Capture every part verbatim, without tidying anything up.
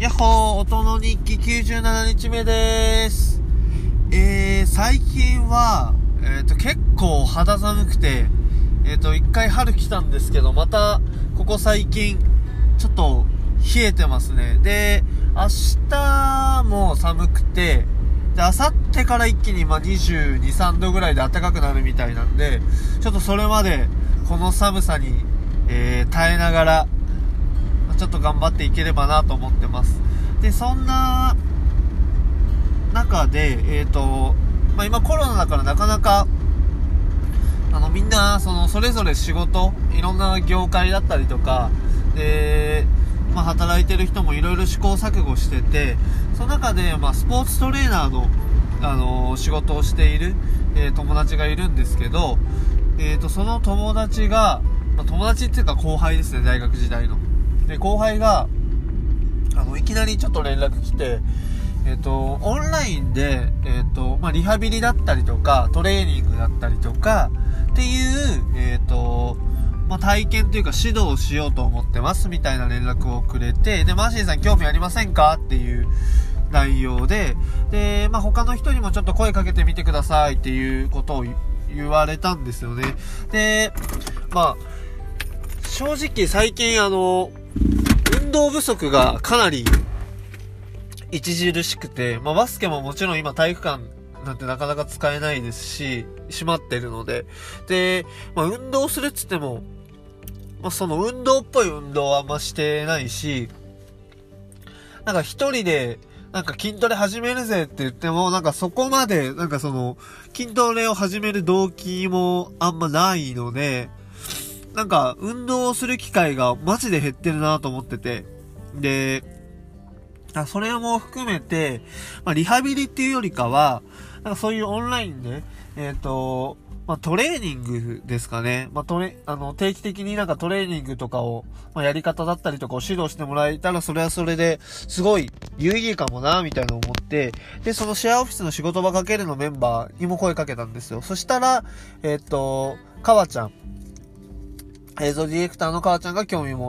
やっほー、音の日記きゅうじゅうななにちめです。えー、最近は、えーと、結構肌寒くて、えーと、一回春来たんですけど、また、ここ最近、ちょっと、冷えてますね。で、明日も寒くて、で、明後日から一気に、まあ、にじゅうに、さんどぐらいで暖かくなるみたいなんで、ちょっとそれまで、この寒さに、えー、耐えながら、ちょっと頑張っていければなと思ってます。で、そんな中で、えっと、まあ、今コロナだからなかなか、あの、みんな、その、それぞれ仕事、いろんな業界だったりとか、で、まあ、働いてる人もいろいろ試行錯誤してて、その中で、まあ、スポーツトレーナーの、あの、仕事をしている、えー、友達がいるんですけど、えっと、その友達が、まあ、友達っていうか後輩ですね、大学時代の。で、後輩が、あの、いきなりちょっと連絡来て、えっと、オンラインで、えっと、まあ、リハビリだったりとか、トレーニングだったりとか、っていう、えっと、まあ、体験というか指導をしようと思ってます、みたいな連絡をくれて、で、マーシーさん興味ありませんかっていう内容で、で、まあ、他の人にもちょっと声かけてみてくださいっていうことを言われたんですよね。で、まあ、正直最近あの、運動不足がかなり著しくて、まあ、バスケももちろん今体育館なんてなかなか使えないですし、閉まってるので、で、まあ、運動するっつっても、まあ、その運動っぽい運動はあんましてないし、なんか一人でなんか筋トレ始めるぜって言っても、なんかそこまでなんかその筋トレを始める動機もあんまないので、なんか、運動をする機会がマジで減ってるなと思ってて。で、あそれも含めて、まあ、リハビリっていうよりかは、なんかそういうオンラインで、えっと、まあ、トレーニングですかね。まあ、トレ、あの、定期的になんかトレーニングとかを、まあ、やり方だったりとかを指導してもらえたら、それはそれですごい有意義かもな、みたいな思って、で、そのシェアオフィスの仕事場かけるのメンバーにも声かけたんですよ。そしたら、えっと、かわちゃん。映像ディレクターの母ちゃんが興味持って、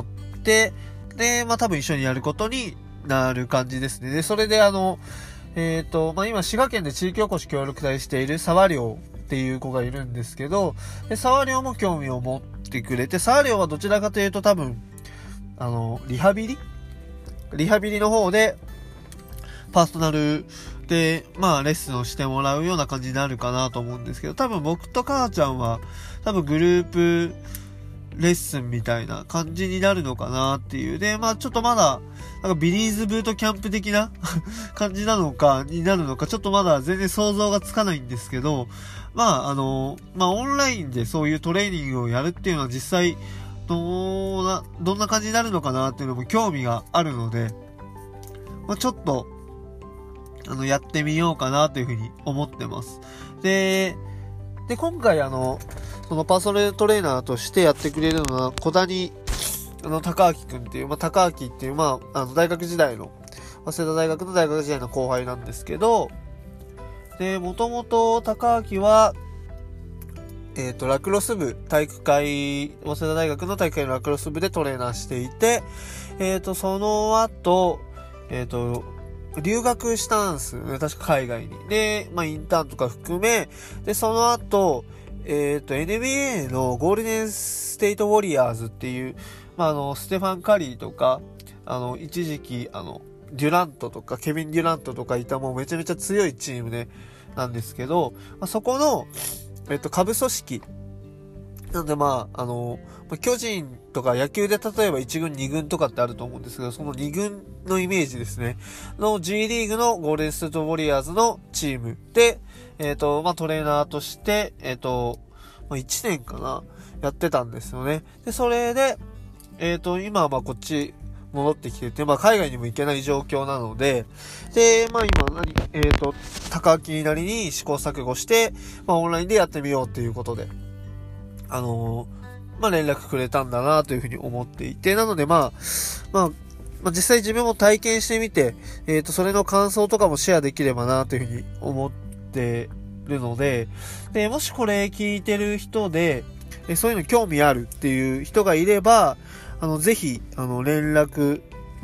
で、まあ、多分一緒にやることになる感じですね。で、それであの、えっと、まあ、今、滋賀県で地域おこし協力隊している沢亮っていう子がいるんですけど、で、沢亮も興味を持ってくれて、沢亮はどちらかというと多分、あの、リハビリリハビリの方で、パーソナルで、まあ、レッスンをしてもらうような感じになるかなと思うんですけど、多分僕と母ちゃんは、多分グループ、レッスンみたいな感じになるのかなっていう。で、まあちょっとまだ、なんかビリーズブートキャンプ的な感じなのか、になるのか、ちょっとまだ全然想像がつかないんですけど、まああの、まあオンラインでそういうトレーニングをやるっていうのは実際、どうな、どんな感じになるのかなっていうのも興味があるので、まあちょっと、あの、やってみようかなというふうに思ってます。で、で、今回あの、そのパーソナルトレーナーとしてやってくれるのは、小谷、あの、高明くんっていう、まあ、高明っていう、まあ、あの、大学時代の、早稲田大学の大学時代の後輩なんですけど、で、もともと高明は、えっと、ラクロス部、体育会、早稲田大学の体育会のラクロス部でトレーナーしていて、えっと、その後、えっと、留学したんですよね、確か海外に。で、まあ、インターンとか含め、で、その後、えっと、エヌビーエー のゴールデンステイトウォリアーズっていう、まあ、あの、ステファン・カリーとか、あの、一時期、あの、デュラントとか、ケビン・デュラントとかいたもうめちゃめちゃ強いチームね、なんですけど、まあ、そこの、えっと、下部組織。なんでまあ、あの、巨人とか野球で例えばいち軍に軍とかってあると思うんですけど、そのに軍のイメージですね。の G リーグのゴールデンステートウォリアーズのチームで、えっと、まあトレーナーとして、えっと、まあいちねんかな、やってたんですよね。で、それで、えっと、今はまあこっち戻ってきてて、まあ海外にも行けない状況なので、で、まあ今何、えっと、高木なりに試行錯誤して、まあオンラインでやってみようっていうことで、あのー、まあ、連絡くれたんだなというふうに思っていて、なのでまあ、まあ、まあ、実際自分も体験してみて、えっと、それの感想とかもシェアできればなというふうに思ってるので、で、もしこれ聞いてる人で、えそういうの興味あるっていう人がいれば、あの、ぜひ、あの、連絡、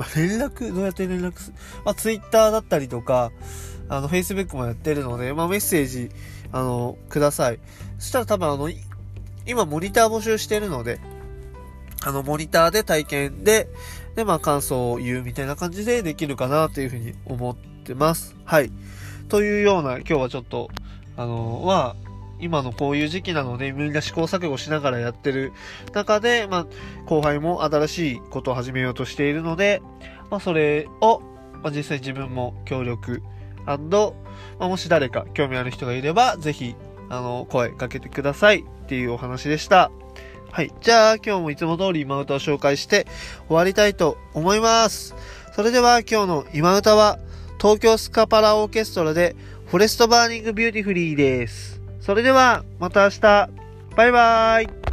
まあ、連絡、どうやって連絡するまあ、ツイッターだったりとか、あの、Facebook もやってるので、まあ、メッセージ、あの、ください。そしたら多分あの、今モニター募集してるので、あの、モニターで体験で、で、まあ、感想を言うみたいな感じでできるかなというふうに思ってます。はい。というような、今日はちょっと、あの、まあ、今のこういう時期なので、みんな試行錯誤しながらやってる中で、まあ、後輩も新しいことを始めようとしているので、まあ、それを、まあ、実際自分も協力、まあ、もし誰か興味ある人がいれば、ぜひ、あの、声かけてくださいっていうお話でした。はい。じゃあ、今日もいつも通り今歌を紹介して終わりたいと思います。それでは、今日の今歌は、東京スカパラオーケストラで、フォレストバーニングビューティフリーです。それでは、また明日。バイバーイ。